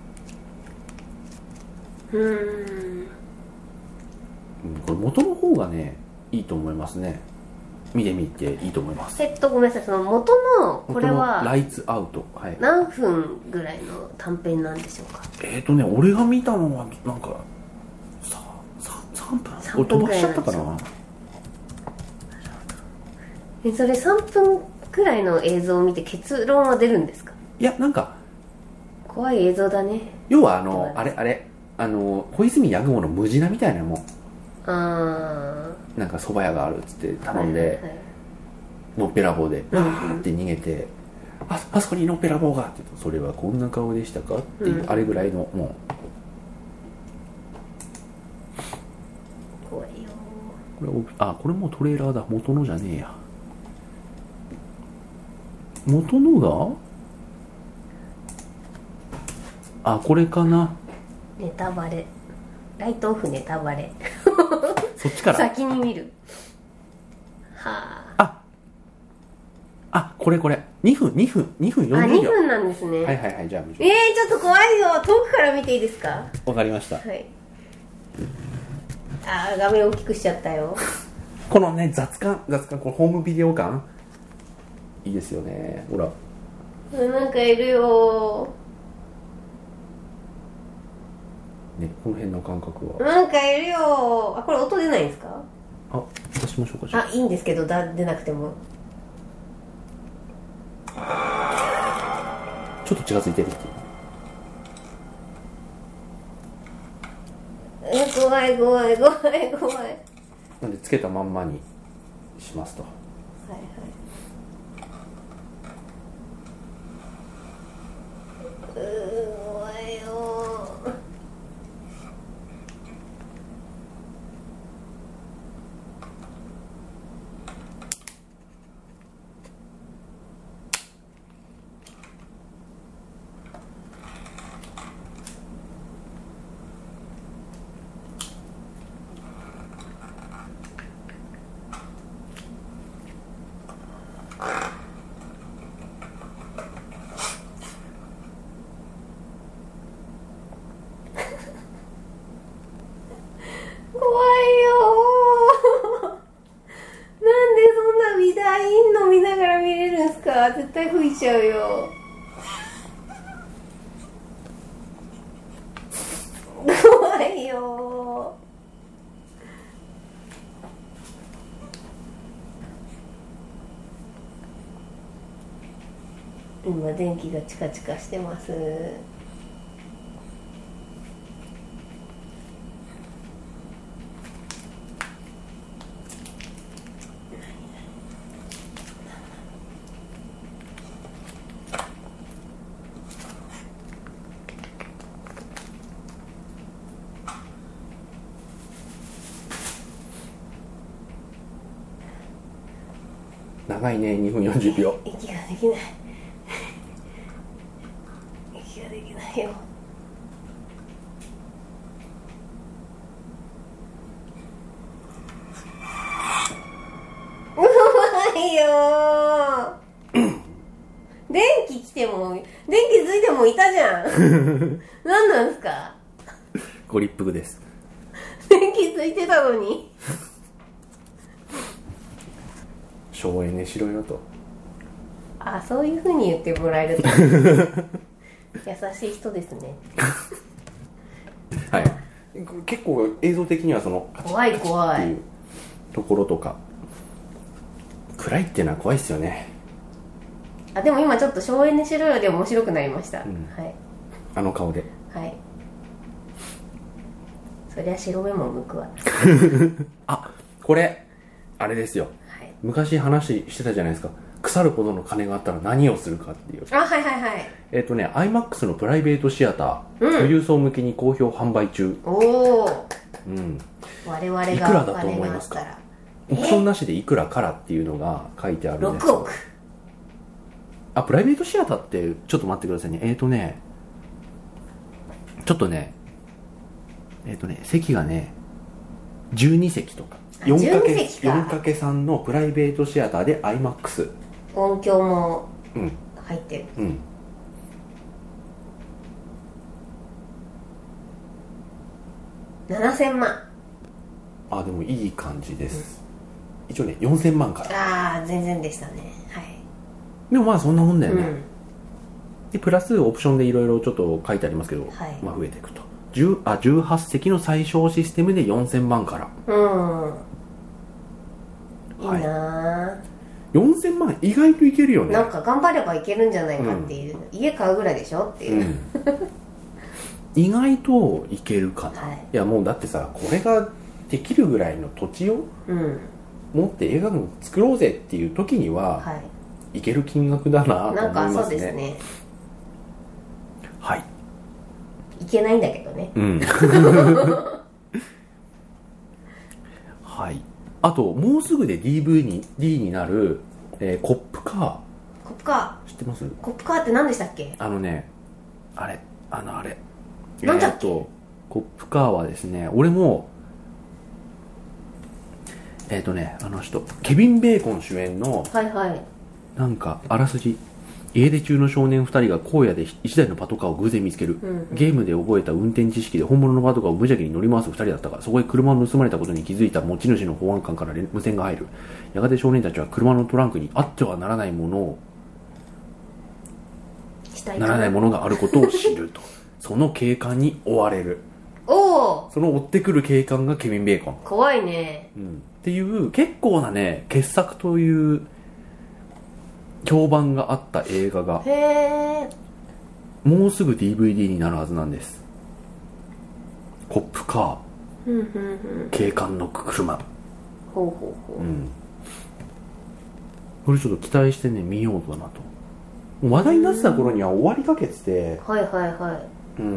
これ元の方がねいいと思いますね。見てみていいと思います。 ごめんなさい、その元のこれはライツアウト、はい、 何分ぐらいの短編なんでしょうか？ 俺が見たのはなんか3分飛ばしちゃったかな。 それ3分くらいの映像を見て結論は出るんですか？ いや、なんか怖い映像だね。 要はあれ小泉八雲のムジナみたいなもん。なんか蕎麦屋があるっつって頼んで、のっぺらぼうでバーって逃げて、あそこにのっぺらぼうがって言うと、それはこんな顔でしたかっていう、あれぐらいのもう怖いよ。 これもうトレーラーだ。元のじゃねえや。元のがこれかな。 ネタバレ、ライトオフネタバレそっちから先に見る。 これ2分40秒。 2分なんですね。 はい、じゃあちょっと怖いよ。遠くから見ていいですか？ わかりました。 はい。画面大きくしちゃったよこのね雑感、このホームビデオ感いいですよね。ほらなんかいるよね、この辺の感覚はなんかいるよ。これ音出ないんですか？ 出しましょうか。 いいんですけど、出なくてもちょっと近づいてるっていう。 怖いなんでつけたまんまにしますと。 怖いよ。なんでそんな美大院の見ながら見れるんすか？絶対吹いちゃうよ。怖いよ。今電気がチカチカしてます。 長いね、2分40秒。 息ができない。息ができないよ。うまいよ。電気来ても、電気ついてもいたじゃん。何なんすか？ ご立腹です。 電気ついてたのに。 省エネしろよと。 そういう風に言ってもらえると優しい人ですね。 はい。結構映像的にはその怖いっていうところとか暗いっていうのは怖いっすよね。 あ、でも今ちょっと省エネしろより面白くなりました、はい、 あの顔で。 はい、そりゃ白目も向くわあ、これあれですよ、 はい、 昔話してたじゃないですか。腐るほどの金があったら何をするかっていう。 あ、はいはいはい。 IMAX のプライベートシアター、富裕層向けに好評販売中。 おお、我々がいくらだと思いますか？オプションなしでいくらからっていうのが書いてあるんです。 6億。 あ、プライベートシアターってちょっと待ってくださいね。ちょっとね、席がね12席とか 4×3 のプライベートシアターで IMAX、 音響も入ってる、7000万。 あ、でもいい感じです、一応ね4000万から。 ああ、全然でしたね。はい。 でもまあそんなもんだよね、でプラスオプションでいろいろちょっと書いてありますけど、 はい、 まあ増えていくと。18席の最小システムで4000万から。 いいなぁ、4000万意外といけるよね。 なんか頑張ればいけるんじゃないかっていう、家買うぐらいでしょっていう、 意外といけるかな、 はい、 いやもうだってさ、これができるぐらいの土地を持って映画館作ろうぜっていう時には、いける金額だなと思いますね。 なんかそうですね。 はい。 いけないんだけどね。 はい。あともうすぐで DVD になる、コップカー。 コップカー知ってます？ コップカーって何でしたっけ？ あれなんだっけ？ コップカーはですね、俺もあの人ケビン・ベーコン主演の、 はいはい、 なんかあらすじ、家出中の少年2人が荒野で1台のパトカーを偶然見つける、ゲームで覚えた運転知識で本物のパトカーを無邪気に乗り回す2人だったが、そこへ車を盗まれたことに気づいた持ち主の保安官から無線が入る。やがて少年たちは車のトランクにあってはならないものがあることを知るとその警官に追われる。その追ってくる警官がケビン・ベーコン。 怖いね、 っていう結構なね傑作という評判があった映画がもうすぐ DVD になるはずなんです。コップカー、警官の車。これちょっと期待してね見ようかなと。話題になってた頃には終わりかけてて、 はいはいはい、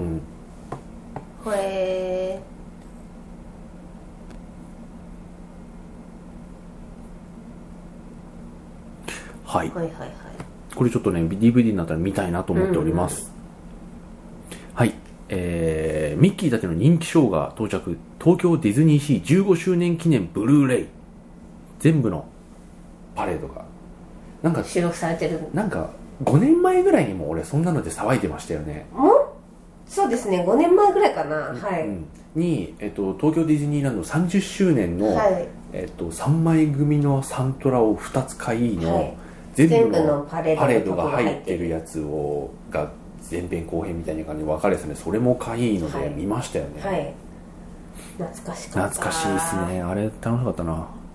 はい、 これちょっとね DVD になったら見たいなと思っております、はい。ミッキーたちの人気ショーが到着。東京ディズニーシー15周年記念ブルーレイ。全部のパレードがなんか収録されてる。 なんか5年前ぐらいにも俺そんなので騒いでましたよね。 そうですね、5年前ぐらいかな、はい、 に、東京ディズニーランド30周年の、3枚組のサントラを2つ買いの、全部のパレードが入ってるやつが前編後編みたいな感じで分かれてたね。それも買いので見ましたよね、 懐かしかった。 懐かしいですね。あれ楽しかったな。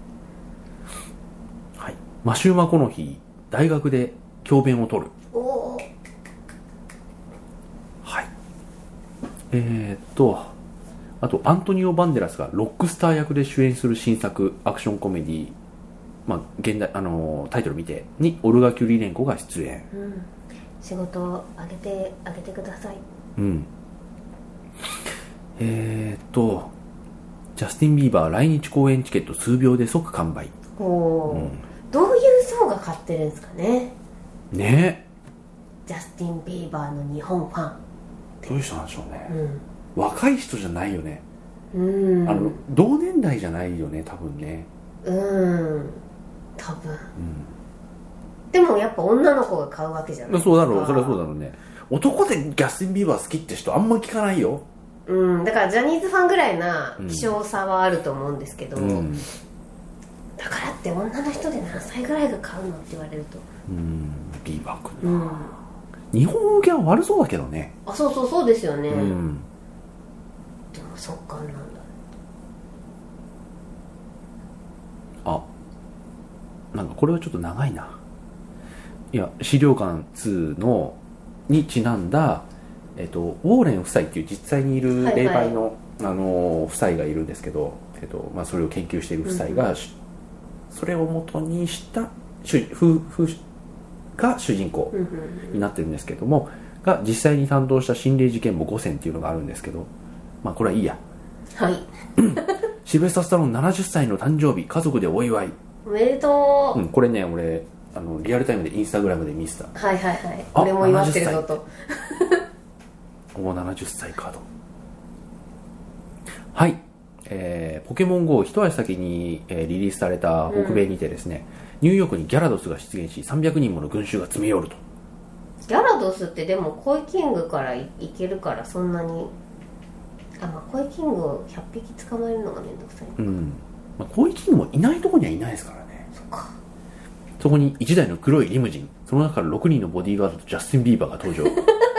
はい。マシュー・マコノヒー大学で教鞭を取る。はい。あとアントニオ・バンデラスがロックスター役で主演する新作アクションコメディ、現代タイトル見てにオルガ・キュリレンコが出演、 仕事をあげてください。 ジャスティン・ビーバー来日公演チケット数秒で即完売。 どういう層が買ってるんですかね。 ね、 ジャスティン・ビーバーの日本ファンどういう人なんでしょうね、若い人じゃないよね。同年代じゃないよね多分ね。 多分、でもやっぱ女の子が買うわけじゃないですか。 そうだろう、それはそうだろうね。男でジャスティン・ビーバー好きって人あんま聞かないよ。 だからジャニーズファンぐらいな希少さはあると思うんですけど、だからって女の人で何歳ぐらいが買うのって言われると、 ビーバー君な、日本向けは悪そうだけどね。 そうですよね、でもそっかなんだ。 なんかこれはちょっと長いな。いや、資料館2のにちなんだ、ウォーレン夫妻っていう実際にいる霊媒の、夫妻がいるんですけど、それを研究している夫妻が、それを元にした夫婦が主人公になってるんですけども、が実際に担当した心霊事件簿5選っていうのがあるんですけど、まあこれはいいや。 はい。 シルベスター・スタローン70歳の誕生日、家族でお祝い。 おめでとう。 これね、俺リアルタイムでインスタグラムで見せた。 はいはいはい。俺も祝ってるぞと。 お70歳かと。はい、ポケモン GO 一足先に、リリースされた北米にてですね、ニューヨークにギャラドスが出現し300人もの群衆が詰め寄ると。 ギャラドスってでもコイキングから行けるからそんなに、コイキングを100匹捕まえるのがめんどくさい。 コイキングもいないとこにはいないですからね。 そっか。 そこに1台の黒いリムジン、その中から6人のボディーガードとジャスティン・ビーバーが登場。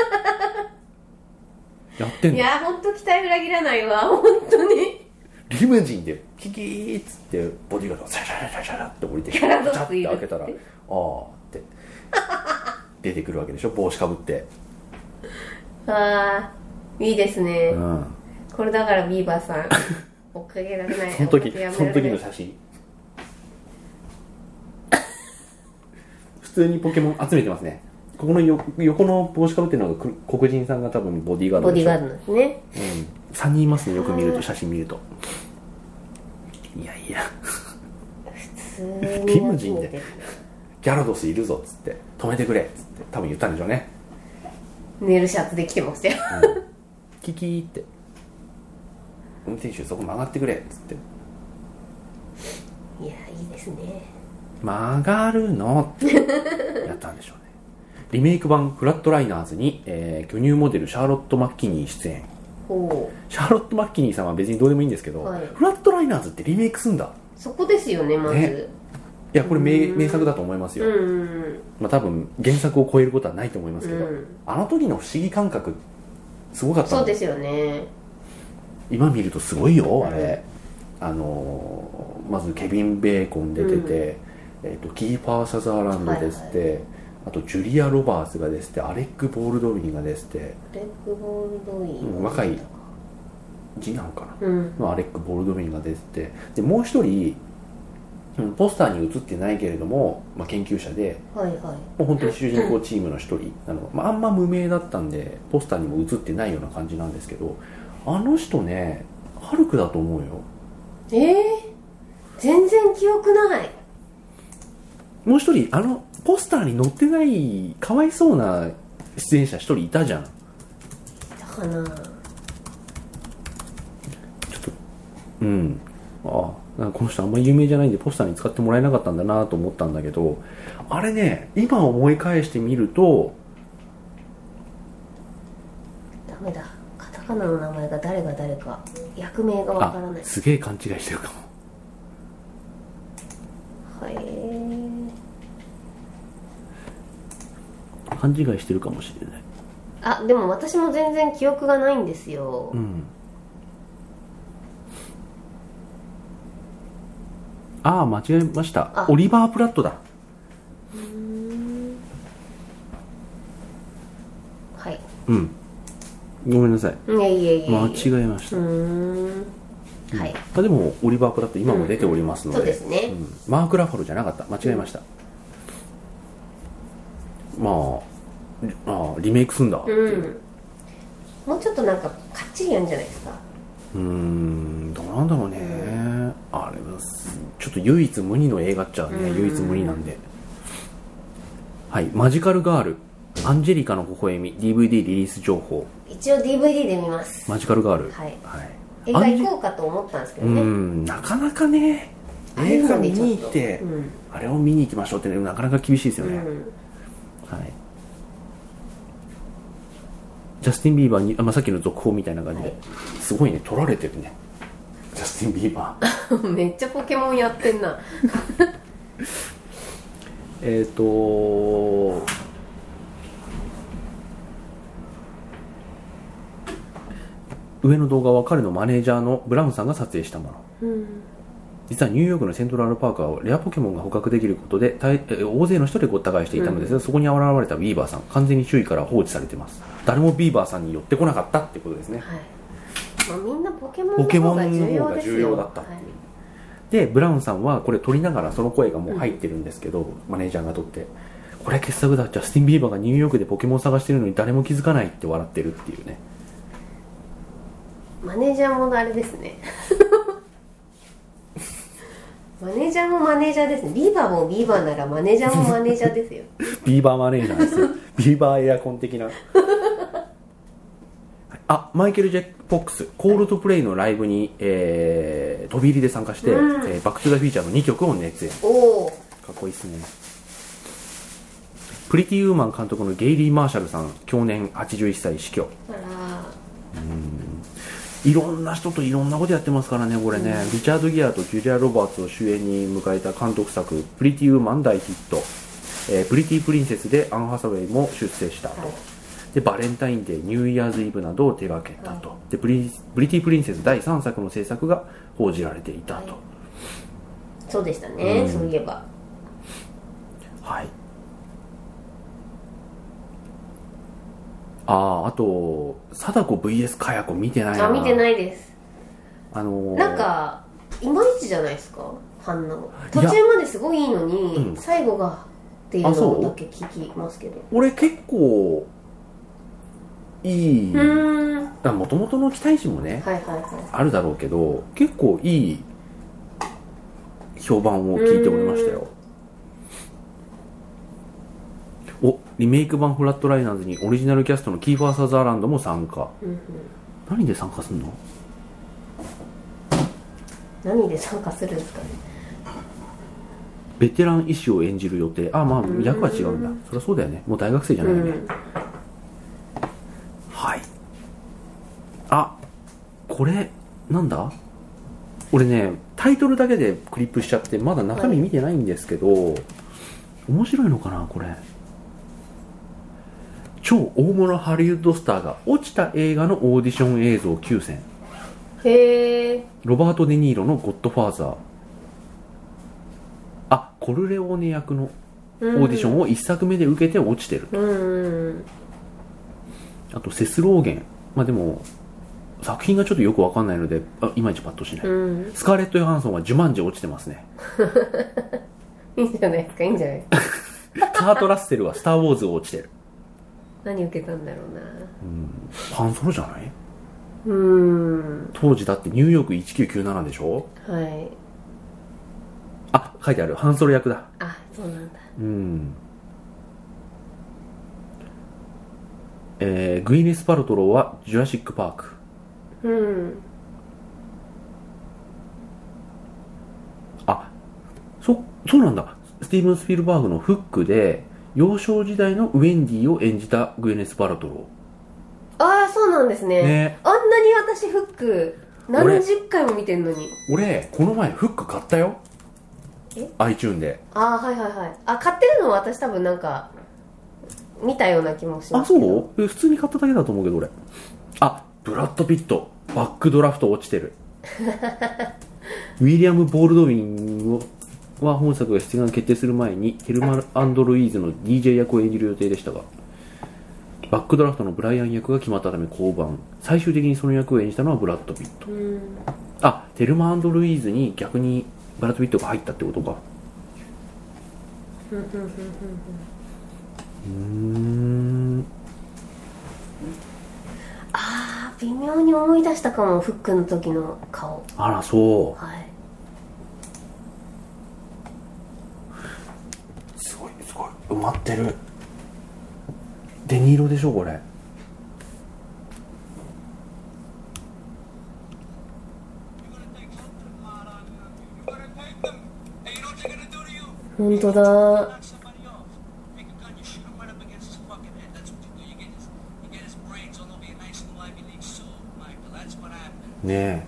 やってんの？ いや本当期待裏切らないわ、本当に。 リムジンでキキーっつってボディーガードがシャシャシャシャシャって降りてきて、チャッて開けたら、あーって出てくるわけでしょ、帽子かぶって。 あー、いいですね。これだからビーバーさん追っかけられない。 その時の写真。普通にポケモン集めてますね。ここの横の帽子かぶってるのが黒人さんが多分ボディーガードでしょ。 ボディーガードですね。 3人いますね、よく見ると、写真見ると。いやいや、 普通にリムジンでギャラドスいるぞっつって止めてくれっつって多分言ったんでしょうね。 ネイルシャツで来てましたよ。 キキーって運転手そこ曲がってくれっつって。 いやいいですね。 曲がるのってやったんでしょうね。リメイク版フラットライナーズに、巨乳モデルシャーロット・マッキニー出演。シャーロット・マッキニーさんは別にどうでもいいんですけど、フラットライナーズってリメイクすんだ。 そこですよね、まず。 ね、いやこれ 名作だと思いますよ。多分原作を超えることはないと思いますけど、あの時の不思議感覚すごかった。 そうですよね。 今見るとすごいよあれ。まずケビン・ベーコン出てて、キーパー・サザーランドですって、あとジュリア・ロバーツがですって、アレック・ボールドウィンがですって、 アレック・ボールドウィン、 若い次男かな、のアレック・ボールドウィンがですって、でもう一人ポスターに写ってないけれども、研究者で、もう本当に主人公チームの一人あんま無名だったんでポスターにも写ってないような感じなんですけど、あの人ねハルクだと思うよ。 全然記憶ない。 もう一人ポスターに載ってないかわいそうな出演者一人いたじゃん。いたかな。ちょっとなんかこの人あんまり有名じゃないんでポスターに使ってもらえなかったんだなと思ったんだけど、あれね今思い返してみるとダメだ、カタカナの名前が誰が誰か役名がわからない。 すげえ勘違いしてるかも。勘違いしてるかもしれない。 でも私も全然記憶がないんですよ。 間違えました。オリバー・プラットだ。 はい。 ごめんなさい。 間違えました。はい。でもオリバー・プラット今も出ておりますので、 そうですね。 マーク・ラファロじゃなかった。間違えました。リメイクすんだっていう。 もうちょっとなんかかっちりやんじゃないですか。 どうなんだろうね。あれはちょっと唯一無二の映画っちゃね、唯一無二なんで。はい、マジカルガールアンジェリカの微笑み DVD リリース情報。 一応 DVD で見ます。 マジカルガール、 映画行こうかと思ったんですけどね。 なかなかね映画見に行って、あれを見に行きましょうって、なかなか厳しいですよね。ジャスティン・ビーバーに、さっきの続報みたいな感じで、すごいね、撮られてるね、ジャスティン・ビーバー。めっちゃポケモンやってんな。 上の動画は彼のマネージャーのブラウンさんが撮影したもの。 実はニューヨークのセントラルパークはレアポケモンが捕獲できることで大勢の人でごった返していたのですが、そこに現れたビーバーさん、完全に周囲から放置されています。誰もビーバーさんに寄ってこなかったってことですね。 はい、みんなポケモンの方が重要ですよ。 重要だったっていう、はい、でブラウンさんはこれ撮りながらその声がもう入ってるんですけど、マネージャーが撮って、これ傑作だ、ジャスティン・ビーバーがニューヨークでポケモン探してるのに誰も気づかないって笑ってるっていうね。 マネージャーもあれですねマネージャーもマネージャーですね。ビーバーもビーバーならマネージャーもマネージャーですよビーバーマネージャーですよビーバーエアコン的なマイケル・ジェフォックス、コールドプレイのライブに、飛び入りで参加して、バック・トゥ・ザ・フューチャーの2曲を熱演。かっこいいですね。プリティ・ウーマン監督のゲイリー・マーシャルさん、去年81歳死去。いろんな人といろんなことやってますからね、これね。リチャード・ギアとジュリア・ロバーツを主演に迎えた監督作、プリティ・ウーマン大ヒット。プリティ・プリンセスでアン・ハサウェイも出世したと。でバレンタインデー、ニューイヤーズイブなどを手掛けたと。でプリティ・プリンセス第3作の制作が報じられていたと。 そうでしたね、そういえば。 はい。あと貞子 VS かや子見てないな。 見てないです。なんかいまいちじゃないですか、反応。途中まですごいいいのに、最後がっていうのだけ聞きますけど。俺結構いい。もともとの期待値もね、あるだろうけど、結構いい評判を聞いておりましたよ。リメイク版フラットライナーズにオリジナルキャストのキーファー・サザーランドも参加。何で参加するの？ 何で参加するんですかね。 ベテラン医師を演じる予定。役は違うんだ。そりゃそうだよね、もう大学生じゃないよね。はい。これなんだ？俺ね、タイトルだけでクリップしちゃってまだ中身見てないんですけど、面白いのかなこれ。超大物ハリウッドスターが落ちた映画のオーディション映像9選。ロバート・デ・ニーロのゴッドファーザー。コルレオーネ役のオーディションを1作目で受けて落ちてると。あとセス・ローゲン。でも作品がちょっとよく分かんないのでいまいちパッとしない。スカーレット・ヨハンソンはジュマンジ落ちてますねいいんじゃないですか、いいんじゃないですかカート・ラッセルはスター・ウォーズを落ちてる。 何受けたんだろうな。 ハンソロじゃない？当時だってニューヨーク1997でしょ。 はい。 書いてある、ハンソロ役だ。 そうなんだ。 グイネス・パルトローはジュラシック・パーク。そうなんだ。スティーブン・スピルバーグのフックで幼少時代のウェンディを演じたグイネス・パルトロー。そうなんですね。あんなに私フック何十回も見てんのに。 俺この前フック買ったよ。iTunes で。 はい買ってるのは私多分なんか見たような気もしますけど。 そう？普通に買っただけだと思うけど俺。ブラッド・ピットバックドラフト落ちてるウィリアム・ボールドウィンは本作が出演が決定する前にテルマ&ルイーズの DJ 役を演じる予定でしたが、バックドラフトのブライアン役が決まったため降板。最終的にその役を演じたのはブラッド・ピット。テルマ&ルイーズに逆にブラッド・ピットが入ったってことか。 微妙に思い出したかも、フックの時の顔。 そう。すごい埋まってる。デニーロでしょこれ。 本当だ。 ねえ。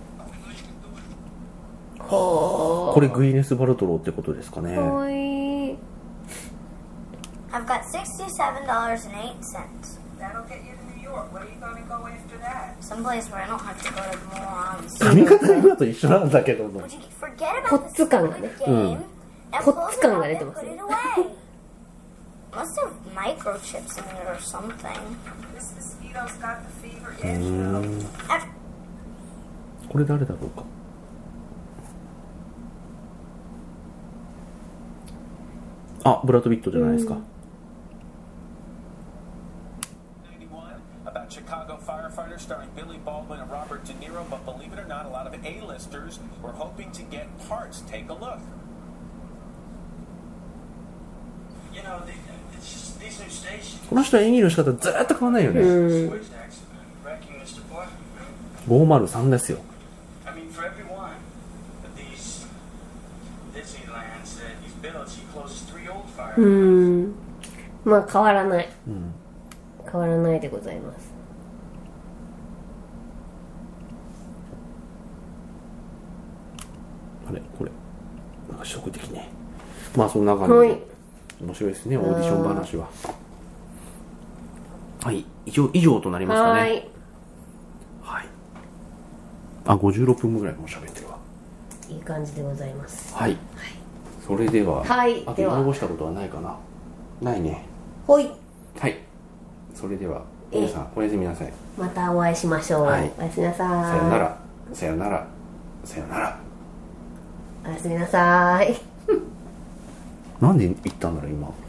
これグイネス・バルトローってことですかね。 I've got $67.08. That'll get you to New York. 髪型今と一緒なんだけども、 ポッツ感がね、ポッツ感が出てますね。 これ誰だろうか。あ、ブラッド・ピットじゃないですか。Chicago firefighter starring Billy Baldwin and Robert De Niro, but believe it or not, a lot of A-listers were hoping to get parts. Take a look. You know, these new stations. この人は演技の仕方ずっと変わらないよね。503ですよ。I mean, for everyone, these Disneylands that he's built, he closes 3 old firefighters. まあ変わらない。変わらないでございます。 これなんか色的ね。まあそんな感じで、はい、面白いですね、オーディション話は。はい、以上となりますかね。はい、はい、あ、56分ぐらいもう喋ってるわ。 いい感じでございます。 はい、はい、それでは、 はい、 あと言い残したことはないかな。ないね。 はい、 はい、それでは皆さんおやすみなさい。 またお会いしましょう。はい、おやすみなさい。 さよなら、さよなら、さよなら。 おやすみなさい。 なんで言ったんだろう今。